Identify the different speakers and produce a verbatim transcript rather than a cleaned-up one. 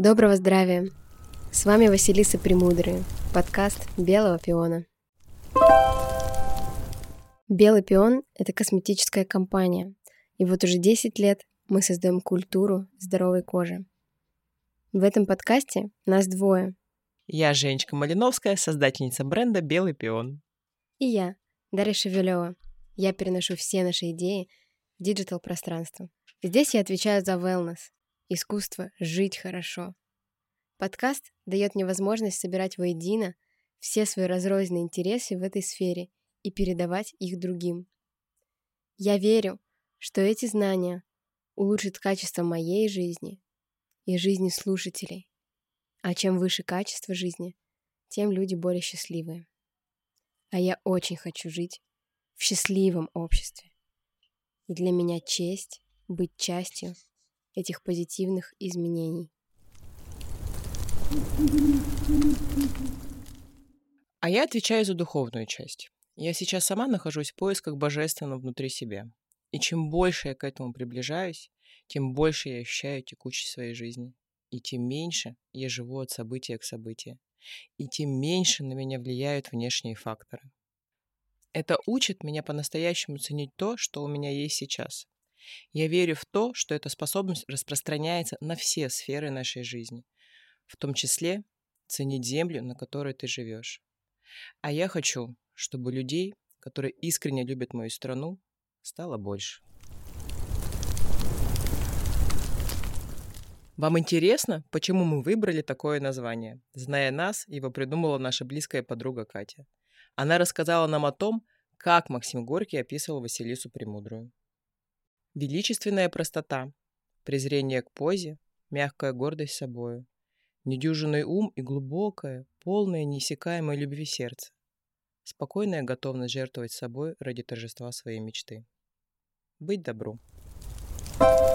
Speaker 1: Доброго здравия! С вами Василиса Премудрая, подкаст «Белого пиона». «Белый пион» — это косметическая компания, и вот уже десять лет мы создаем культуру здоровой кожи. В этом подкасте нас двое.
Speaker 2: Я Женечка Малиновская, создательница бренда «Белый пион».
Speaker 1: И я, Дарья Шевелева. Я переношу все наши идеи в диджитал-пространство. Здесь я отвечаю за wellness, искусство жить хорошо. Подкаст дает мне возможность собирать воедино все свои разрозненные интересы в этой сфере и передавать их другим. Я верю, что эти знания улучшат качество моей жизни и жизни слушателей. А чем выше качество жизни, тем люди более счастливые. А я очень хочу жить в счастливом обществе. И для меня честь быть частью этих позитивных изменений.
Speaker 2: А я отвечаю за духовную часть. Я сейчас сама нахожусь в поисках божественного внутри себя. И чем больше я к этому приближаюсь, тем больше я ощущаю текучесть своей жизни. И тем меньше я живу от события к событию. И тем меньше на меня влияют внешние факторы. Это учит меня по-настоящему ценить то, что у меня есть сейчас. Я верю в то, что эта способность распространяется на все сферы нашей жизни, в том числе ценить землю, на которой ты живешь. А я хочу, чтобы людей, которые искренне любят мою страну, стало больше. Вам интересно, почему мы выбрали такое название? Зная нас, его придумала наша близкая подруга Катя. Она рассказала нам о том, как Максим Горький описывал Василису Премудрую. Величественная простота, презрение к позе, мягкая гордость собою, недюжинный ум и глубокое, полное неиссякаемой любви сердце, спокойная готовность жертвовать собой ради торжества своей мечты. Быть добру.